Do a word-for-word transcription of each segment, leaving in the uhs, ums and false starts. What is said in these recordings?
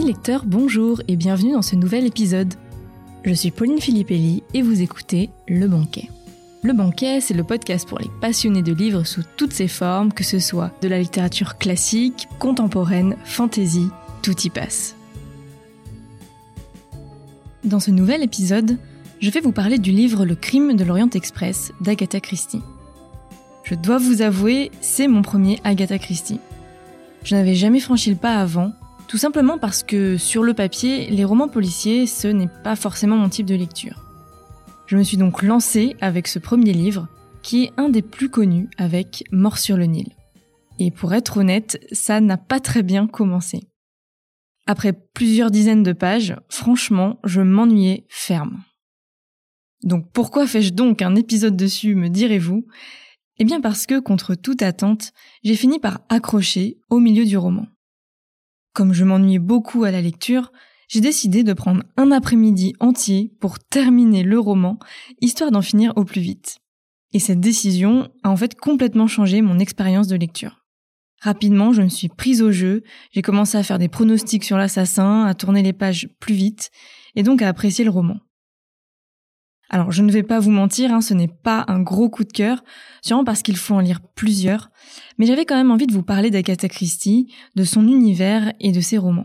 lecteurs, bonjour et bienvenue dans ce nouvel épisode. Je suis Pauline Filippelli et vous écoutez Le Banquet. Le Banquet, c'est le podcast pour les passionnés de livres sous toutes ses formes, que ce soit de la littérature classique, contemporaine, fantasy, tout y passe. Dans ce nouvel épisode, je vais vous parler du livre Le Crime de l'Orient Express d'Agatha Christie. Je dois vous avouer, c'est mon premier Agatha Christie. Je n'avais jamais franchi le pas avant, tout simplement parce que, sur le papier, les romans policiers, ce n'est pas forcément mon type de lecture. Je me suis donc lancée avec ce premier livre, qui est un des plus connus avec Mort sur le Nil. Et pour être honnête, ça n'a pas très bien commencé. Après plusieurs dizaines de pages, franchement, je m'ennuyais ferme. Donc pourquoi fais-je donc un épisode dessus, me direz-vous ? Eh bien parce que, contre toute attente, j'ai fini par accrocher au milieu du roman. Comme je m'ennuyais beaucoup à la lecture, j'ai décidé de prendre un après-midi entier pour terminer le roman, histoire d'en finir au plus vite. Et cette décision a en fait complètement changé mon expérience de lecture. Rapidement, je me suis prise au jeu, j'ai commencé à faire des pronostics sur l'assassin, à tourner les pages plus vite, et donc à apprécier le roman. Alors, je ne vais pas vous mentir, hein, ce n'est pas un gros coup de cœur, sûrement parce qu'il faut en lire plusieurs, mais j'avais quand même envie de vous parler d'Agatha Christie, de son univers et de ses romans.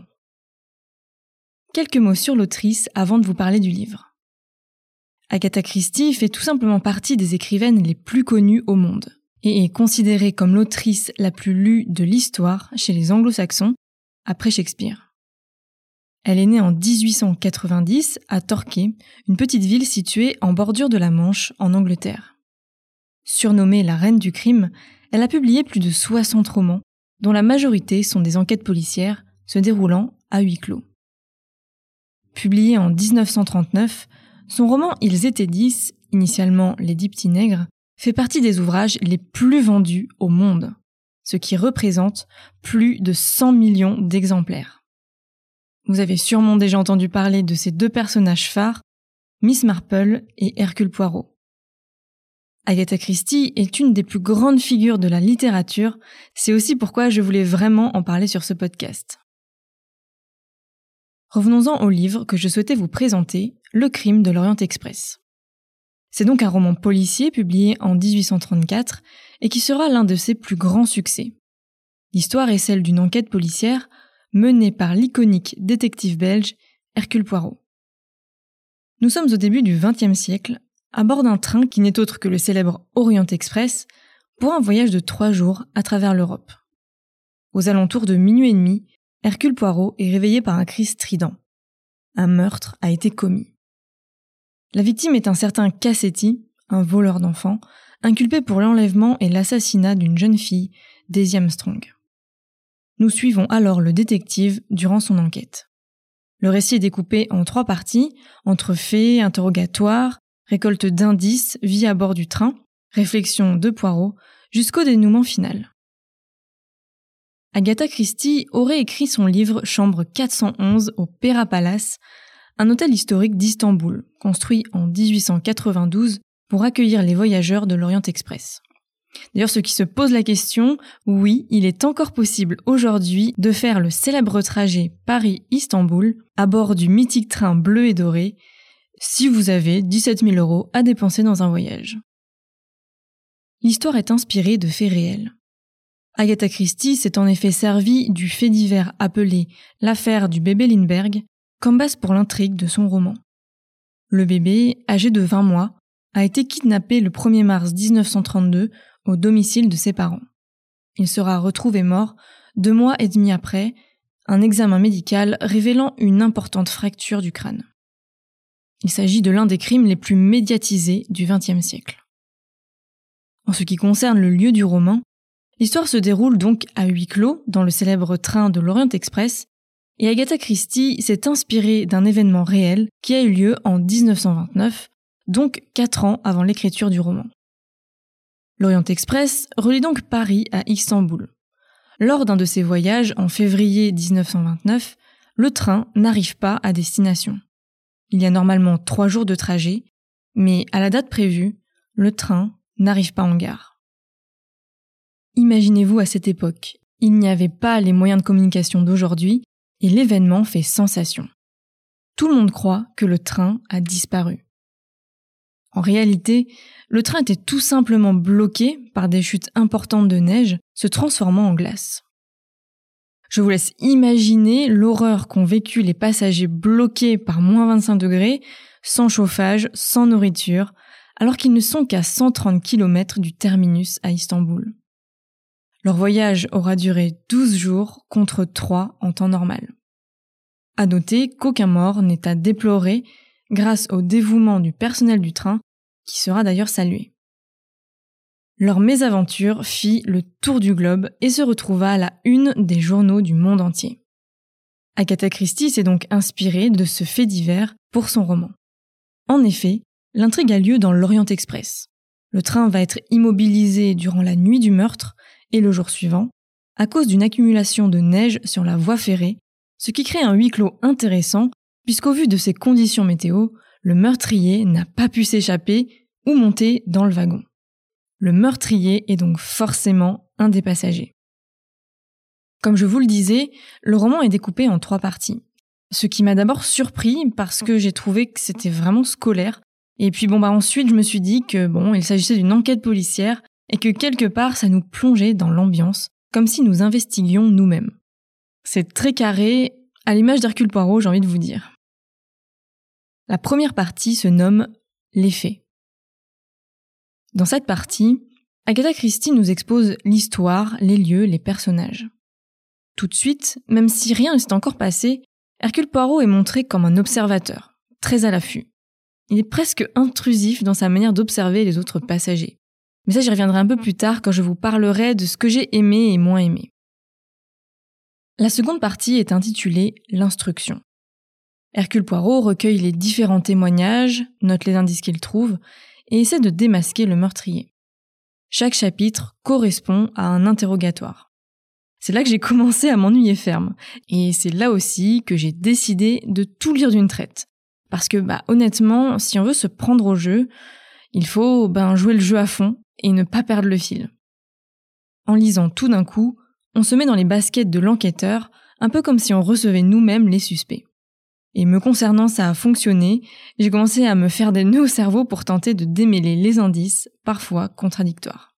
Quelques mots sur l'autrice avant de vous parler du livre. Agatha Christie fait tout simplement partie des écrivaines les plus connues au monde, et est considérée comme l'autrice la plus lue de l'histoire chez les anglo-saxons, après Shakespeare. Elle est née en dix-huit cent quatre-vingt-dix à Torquay, une petite ville située en bordure de la Manche, en Angleterre. Surnommée la reine du crime, elle a publié plus de soixante romans, dont la majorité sont des enquêtes policières se déroulant à huis clos. Publié en dix-neuf cent trente-neuf, son roman Ils étaient dix, initialement Les Dix petits nègres, fait partie des ouvrages les plus vendus au monde, ce qui représente plus de cent millions d'exemplaires. Vous avez sûrement déjà entendu parler de ces deux personnages phares, Miss Marple et Hercule Poirot. Agatha Christie est une des plus grandes figures de la littérature, c'est aussi pourquoi je voulais vraiment en parler sur ce podcast. Revenons-en au livre que je souhaitais vous présenter, Le Crime de l'Orient Express. C'est donc un roman policier publié en dix-huit cent trente-quatre et qui sera l'un de ses plus grands succès. L'histoire est celle d'une enquête policière menée par l'iconique détective belge Hercule Poirot. Nous sommes au début du vingtième siècle, à bord d'un train qui n'est autre que le célèbre Orient Express, pour un voyage de trois jours à travers l'Europe. Aux alentours de minuit et demi, Hercule Poirot est réveillé par un cri strident. Un meurtre a été commis. La victime est un certain Cassetti, un voleur d'enfants, inculpé pour l'enlèvement et l'assassinat d'une jeune fille, Daisy Armstrong. Nous suivons alors le détective durant son enquête. Le récit est découpé en trois parties, entre faits, interrogatoires, récolte d'indices, vie à bord du train, réflexion de Poirot, jusqu'au dénouement final. Agatha Christie aurait écrit son livre Chambre quatre cent onze au Pera Palace, un hôtel historique d'Istanbul, construit en dix-huit cent quatre-vingt-douze pour accueillir les voyageurs de l'Orient Express. D'ailleurs, ceux qui se posent la question, oui, il est encore possible aujourd'hui de faire le célèbre trajet Paris-Istanbul à bord du mythique train bleu et doré, si vous avez dix-sept mille euros à dépenser dans un voyage. L'histoire est inspirée de faits réels. Agatha Christie s'est en effet servie du fait divers appelé l'affaire du bébé Lindbergh comme base pour l'intrigue de son roman. Le bébé, âgé de vingt mois, a été kidnappé le premier mars dix-neuf cent trente-deux au domicile de ses parents. Il sera retrouvé mort deux mois et demi après, un examen médical révélant une importante fracture du crâne. Il s'agit de l'un des crimes les plus médiatisés du vingtième siècle. En ce qui concerne le lieu du roman, l'histoire se déroule donc à huis clos dans le célèbre train de l'Orient Express, et Agatha Christie s'est inspirée d'un événement réel qui a eu lieu en dix-neuf cent vingt-neuf, donc quatre ans avant l'écriture du roman. L'Orient Express relie donc Paris à Istanbul. Lors d'un de ses voyages en février dix-neuf cent vingt-neuf, le train n'arrive pas à destination. Il y a normalement trois jours de trajet, mais à la date prévue, le train n'arrive pas en gare. Imaginez-vous à cette époque, il n'y avait pas les moyens de communication d'aujourd'hui et l'événement fait sensation. Tout le monde croit que le train a disparu. En réalité, le train était tout simplement bloqué par des chutes importantes de neige, se transformant en glace. Je vous laisse imaginer l'horreur qu'ont vécu les passagers bloqués par moins vingt-cinq degrés, sans chauffage, sans nourriture, alors qu'ils ne sont qu'à cent trente kilomètres du terminus à Istanbul. Leur voyage aura duré douze jours contre trois en temps normal. À noter qu'aucun mort n'est à déplorer grâce au dévouement du personnel du train, qui sera d'ailleurs salué. Leur mésaventure fit le tour du globe et se retrouva à la une des journaux du monde entier. Agatha Christie s'est donc inspirée de ce fait divers pour son roman. En effet, l'intrigue a lieu dans l'Orient Express. Le train va être immobilisé durant la nuit du meurtre et le jour suivant, à cause d'une accumulation de neige sur la voie ferrée, ce qui crée un huis clos intéressant, puisqu'au vu de ces conditions météo, le meurtrier n'a pas pu s'échapper ou monter dans le wagon. Le meurtrier est donc forcément un des passagers. Comme je vous le disais, le roman est découpé en trois parties. Ce qui m'a d'abord surpris parce que j'ai trouvé que c'était vraiment scolaire. Et puis bon bah ensuite je me suis dit que bon, il s'agissait d'une enquête policière et que quelque part ça nous plongeait dans l'ambiance, comme si nous investiguions nous-mêmes. C'est très carré, à l'image d'Hercule Poirot, j'ai envie de vous dire. La première partie se nomme « Les faits ». Dans cette partie, Agatha Christie nous expose l'histoire, les lieux, les personnages. Tout de suite, même si rien ne s'est encore passé, Hercule Poirot est montré comme un observateur, très à l'affût. Il est presque intrusif dans sa manière d'observer les autres passagers. Mais ça, j'y reviendrai un peu plus tard quand je vous parlerai de ce que j'ai aimé et moins aimé. La seconde partie est intitulée « L'instruction ». Hercule Poirot recueille les différents témoignages, note les indices qu'il trouve, et essaie de démasquer le meurtrier. Chaque chapitre correspond à un interrogatoire. C'est là que j'ai commencé à m'ennuyer ferme, et c'est là aussi que j'ai décidé de tout lire d'une traite. Parce que, bah, honnêtement, si on veut se prendre au jeu, il faut, ben, jouer le jeu à fond et ne pas perdre le fil. En lisant tout d'un coup, on se met dans les baskets de l'enquêteur, un peu comme si on recevait nous-mêmes les suspects. Et me concernant, ça a fonctionné, j'ai commencé à me faire des nœuds au cerveau pour tenter de démêler les indices, parfois contradictoires.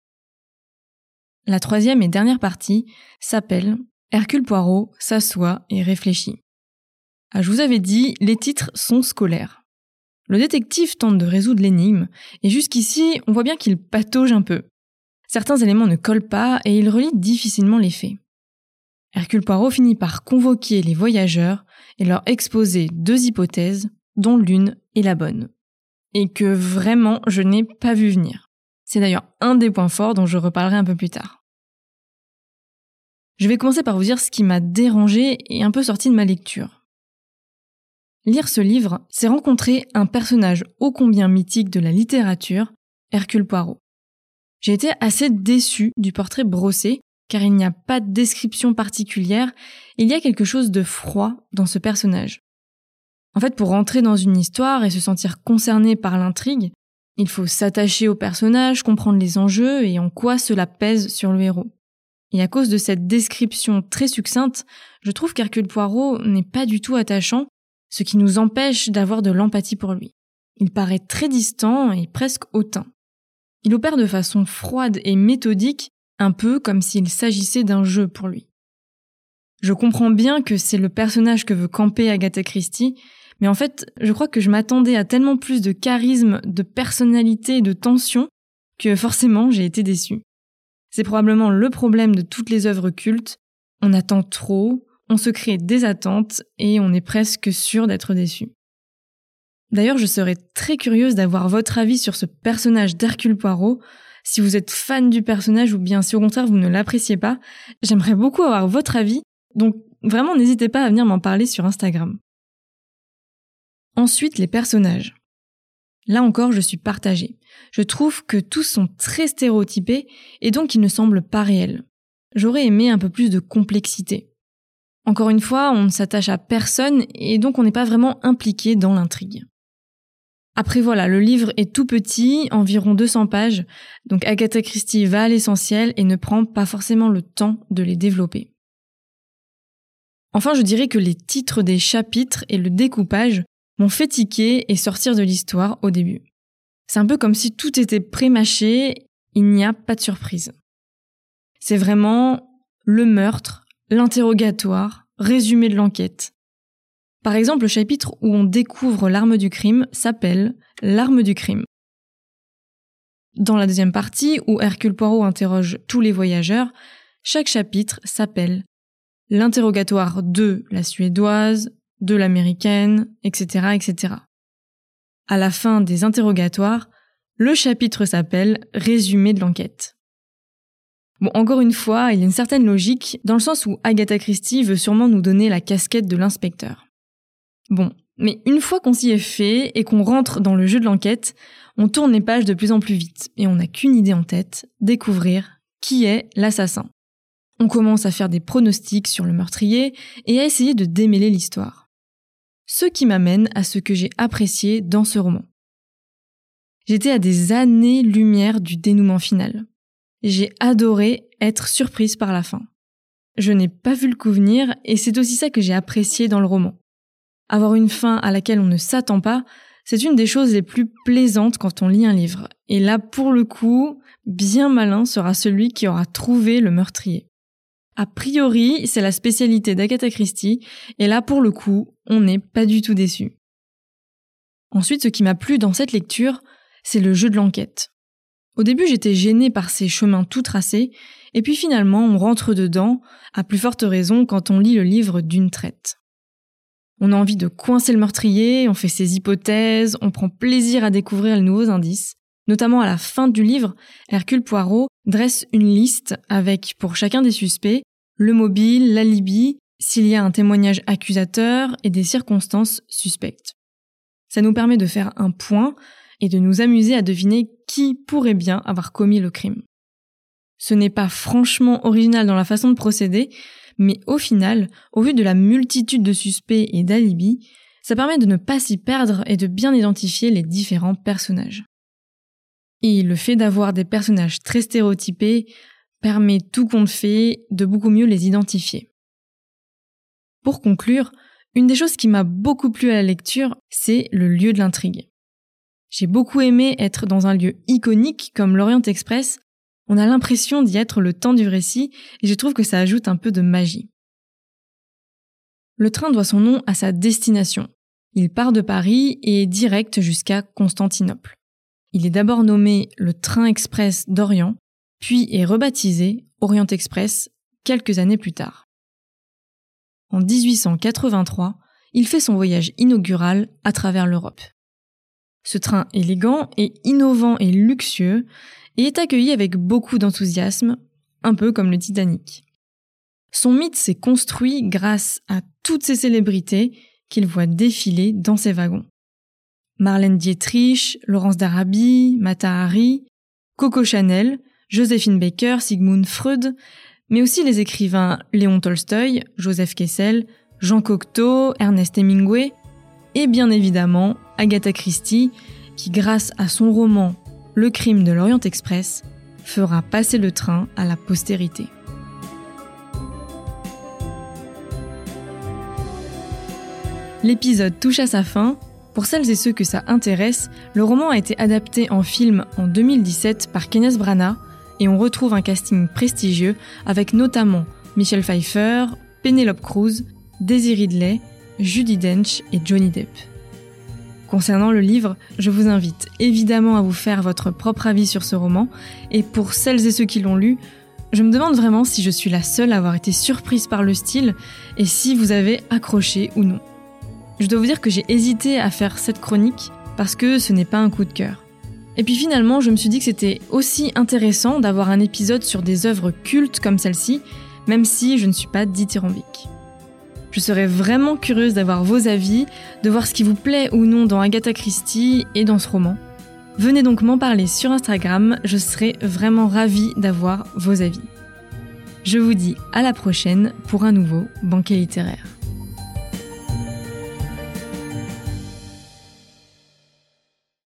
La troisième et dernière partie s'appelle « Hercule Poirot s'assoit et réfléchit ». Ah, je vous avais dit, les titres sont scolaires. Le détective tente de résoudre l'énigme, et jusqu'ici, on voit bien qu'il patauge un peu. Certains éléments ne collent pas et il relie difficilement les faits. Hercule Poirot finit par convoquer les voyageurs et leur exposer deux hypothèses, dont l'une est la bonne. Et que vraiment, je n'ai pas vu venir. C'est d'ailleurs un des points forts dont je reparlerai un peu plus tard. Je vais commencer par vous dire ce qui m'a dérangé et un peu sorti de ma lecture. Lire ce livre, c'est rencontrer un personnage ô combien mythique de la littérature, Hercule Poirot. J'ai été assez déçue du portrait brossé, car il n'y a pas de description particulière, il y a quelque chose de froid dans ce personnage. En fait, pour rentrer dans une histoire et se sentir concerné par l'intrigue, il faut s'attacher au personnage, comprendre les enjeux et en quoi cela pèse sur le héros. Et à cause de cette description très succincte, je trouve qu'Hercule Poirot n'est pas du tout attachant, ce qui nous empêche d'avoir de l'empathie pour lui. Il paraît très distant et presque hautain. Il opère de façon froide et méthodique, un peu comme s'il s'agissait d'un jeu pour lui. Je comprends bien que c'est le personnage que veut camper Agatha Christie, mais en fait, je crois que je m'attendais à tellement plus de charisme, de personnalité et de tension que forcément j'ai été déçue. C'est probablement le problème de toutes les œuvres cultes. On attend trop, on se crée des attentes et on est presque sûr d'être déçu. D'ailleurs, je serais très curieuse d'avoir votre avis sur ce personnage d'Hercule Poirot. Si vous êtes fan du personnage ou bien si au contraire vous ne l'appréciez pas, j'aimerais beaucoup avoir votre avis, donc vraiment n'hésitez pas à venir m'en parler sur Instagram. Ensuite, les personnages. Là encore, je suis partagée. Je trouve que tous sont très stéréotypés et donc ils ne semblent pas réels. J'aurais aimé un peu plus de complexité. Encore une fois, on ne s'attache à personne et donc on n'est pas vraiment impliqué dans l'intrigue. Après voilà, le livre est tout petit, environ deux cents pages, donc Agatha Christie va à l'essentiel et ne prend pas forcément le temps de les développer. Enfin, je dirais que les titres des chapitres et le découpage m'ont fait tiquer et sortir de l'histoire au début. C'est un peu comme si tout était pré-mâché, il n'y a pas de surprise. C'est vraiment le meurtre, l'interrogatoire, résumé de l'enquête. Par exemple, le chapitre où on découvre l'arme du crime s'appelle « L'arme du crime ». Dans la deuxième partie, où Hercule Poirot interroge tous les voyageurs, chaque chapitre s'appelle « L'interrogatoire de la Suédoise », de l'Américaine, et cetera, et cetera. À la fin des interrogatoires, le chapitre s'appelle « Résumé de l'enquête ». Bon, encore une fois, il y a une certaine logique, dans le sens où Agatha Christie veut sûrement nous donner la casquette de l'inspecteur. Bon, mais une fois qu'on s'y est fait et qu'on rentre dans le jeu de l'enquête, on tourne les pages de plus en plus vite et on n'a qu'une idée en tête, découvrir qui est l'assassin. On commence à faire des pronostics sur le meurtrier et à essayer de démêler l'histoire. Ce qui m'amène à ce que j'ai apprécié dans ce roman. J'étais à des années-lumière du dénouement final. J'ai adoré être surprise par la fin. Je n'ai pas vu le coup venir et c'est aussi ça que j'ai apprécié dans le roman. Avoir une fin à laquelle on ne s'attend pas, c'est une des choses les plus plaisantes quand on lit un livre. Et là, pour le coup, bien malin sera celui qui aura trouvé le meurtrier. A priori, c'est la spécialité d'Agatha Christie, et là, pour le coup, on n'est pas du tout déçu. Ensuite, ce qui m'a plu dans cette lecture, c'est le jeu de l'enquête. Au début, j'étais gênée par ces chemins tout tracés, et puis finalement, on rentre dedans, à plus forte raison quand on lit le livre d'une traite. On a envie de coincer le meurtrier, on fait ses hypothèses, on prend plaisir à découvrir les nouveaux indices. Notamment à la fin du livre, Hercule Poirot dresse une liste avec, pour chacun des suspects, le mobile, l'alibi, s'il y a un témoignage accusateur et des circonstances suspectes. Ça nous permet de faire un point et de nous amuser à deviner qui pourrait bien avoir commis le crime. Ce n'est pas franchement original dans la façon de procéder, mais au final, au vu de la multitude de suspects et d'alibis, ça permet de ne pas s'y perdre et de bien identifier les différents personnages. Et le fait d'avoir des personnages très stéréotypés permet tout compte fait de beaucoup mieux les identifier. Pour conclure, une des choses qui m'a beaucoup plu à la lecture, c'est le lieu de l'intrigue. J'ai beaucoup aimé être dans un lieu iconique comme l'Orient Express. On a l'impression d'y être le temps du récit et je trouve que ça ajoute un peu de magie. Le train doit son nom à sa destination. Il part de Paris et est direct jusqu'à Constantinople. Il est d'abord nommé le Train Express d'Orient, puis est rebaptisé Orient Express quelques années plus tard. En dix-huit cent quatre-vingt-trois, il fait son voyage inaugural à travers l'Europe. Ce train élégant et innovant et luxueux et est accueilli avec beaucoup d'enthousiasme, un peu comme le Titanic. Son mythe s'est construit grâce à toutes ces célébrités qu'il voit défiler dans ses wagons. Marlène Dietrich, Laurence d'Arabie, Mata Hari, Coco Chanel, Joséphine Baker, Sigmund Freud, mais aussi les écrivains Léon Tolstoï, Joseph Kessel, Jean Cocteau, Ernest Hemingway, et bien évidemment Agatha Christie, qui grâce à son roman Le crime de l'Orient Express, fera passer le train à la postérité. L'épisode touche à sa fin. Pour celles et ceux que ça intéresse, le roman a été adapté en film en deux mille dix-sept par Kenneth Branagh et on retrouve un casting prestigieux avec notamment Michelle Pfeiffer, Penelope Cruz, Daisy Ridley, Judi Dench et Johnny Depp. Concernant le livre, je vous invite évidemment à vous faire votre propre avis sur ce roman, et pour celles et ceux qui l'ont lu, je me demande vraiment si je suis la seule à avoir été surprise par le style et si vous avez accroché ou non. Je dois vous dire que j'ai hésité à faire cette chronique parce que ce n'est pas un coup de cœur. Et puis finalement, je me suis dit que c'était aussi intéressant d'avoir un épisode sur des œuvres cultes comme celle-ci, même si je ne suis pas dithyrambique. Je serais vraiment curieuse d'avoir vos avis, de voir ce qui vous plaît ou non dans Agatha Christie et dans ce roman. Venez donc m'en parler sur Instagram, je serai vraiment ravie d'avoir vos avis. Je vous dis à la prochaine pour un nouveau banquet littéraire.